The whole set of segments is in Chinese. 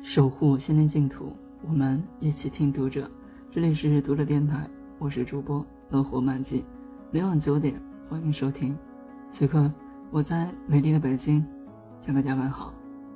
守护心灵净土，我们一起听读者。这里是读者电台，我是主播乐活漫记，每晚9点欢迎收听。此刻我在美丽的北京向大家问好。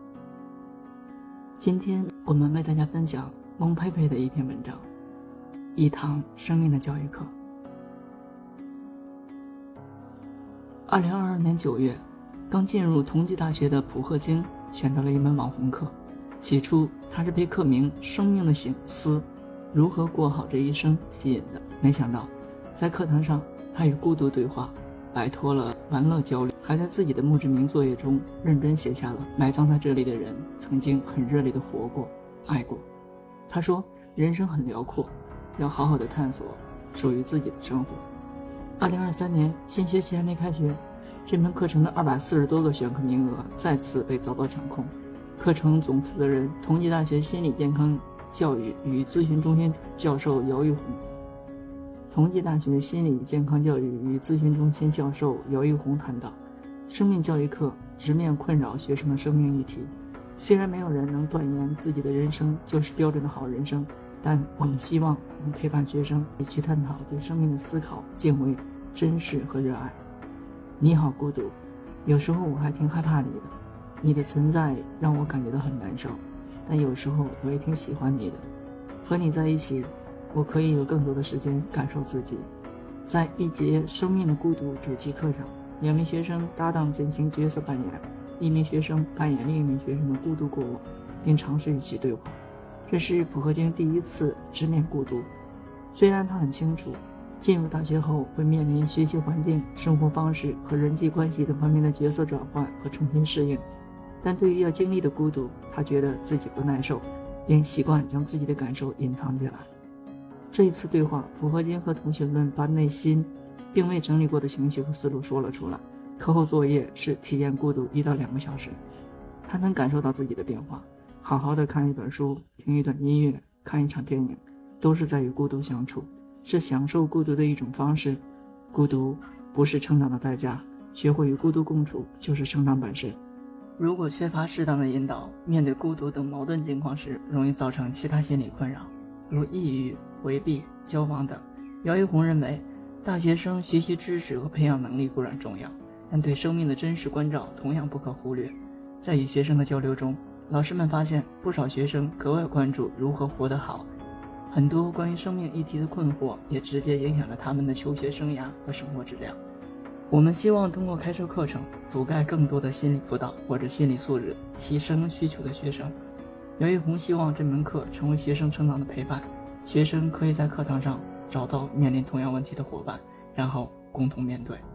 今天我们为大家分享翁佩佩的一篇文章，一堂生命的教育课。2022年9月，刚进入同济大学的蒲鹤京选到了一门网红课。起初他是被课名生命的省思，如何过好这一生吸引的，没想到在课堂上他与孤独对话，摆脱了玩乐焦虑，还在自己的墓志铭作业中认真写下了埋葬在这里的人曾经很热烈的活过爱过。他说人生很辽阔，要好好的探索属于自己的生活。2023年新学期还没开学，这门课程的240多个选课名额再次被遭到抢空。课程总负责人同济大学心理健康教育与咨询中心教授姚玉红。同济大学心理健康教育与咨询中心教授姚玉红谈到，生命教育课直面困扰学生的生命议题。虽然没有人能断言自己的人生就是标准的好人生，但我们希望能陪伴学生一起去探讨对生命的思考、敬畏、珍视和热爱。你好孤独，有时候我还挺害怕你的，你的存在让我感觉到很难受，但有时候我也挺喜欢你的。和你在一起，我可以有更多的时间感受自己。在一节生命的孤独主题课上，2名学生搭档进行角色扮演，一名学生扮演另一名学生的孤独过往，并尝试一起对话。这是蒲鹤京第一次直面孤独。虽然他很清楚进入大学后会面临学习环境、生活方式和人际关系等方面的角色转换和重新适应，但对于要经历的孤独，他觉得自己不耐受，并习惯将自己的感受隐藏起来。这一次对话，蒲鹤京和同学们把内心并未整理过的情绪和思路说了出来。课后作业是体验孤独1到2个小时，他能感受到自己的变化。好好的看一本书，听一段音乐，看一场电影，都是在与孤独相处，是享受孤独的一种方式。孤独不是成长的代价，学会与孤独共处就是成长本身。如果缺乏适当的引导，面对孤独等矛盾情况时，容易造成其他心理困扰，如抑郁、回避、交往等。姚玉红认为，大学生学习知识和培养能力固然重要，但对生命的真实关照同样不可忽略。在与学生的交流中，老师们发现不少学生格外关注如何活得好，很多关于生命议题的困惑也直接影响了他们的求学生涯和生活质量。我们希望通过开设课程，覆盖更多的心理辅导或者心理素质提升需求的学生。姚玉红希望这门课成为学生成长的陪伴，学生可以在课堂上找到面临同样问题的伙伴，然后共同面对。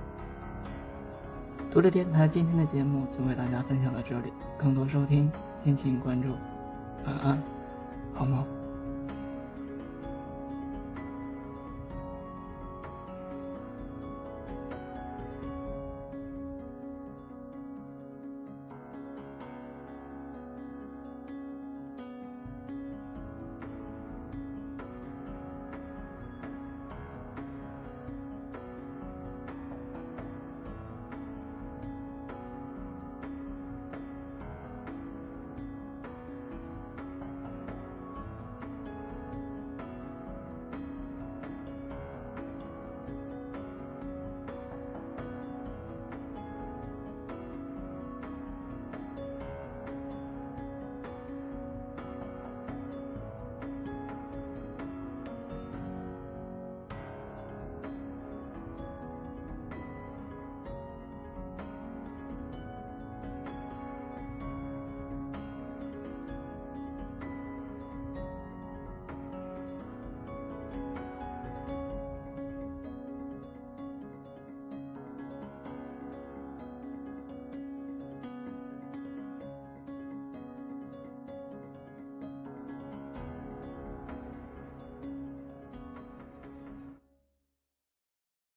读者电台今天的节目就为大家分享到这里，更多收听敬请关注。晚安，好梦。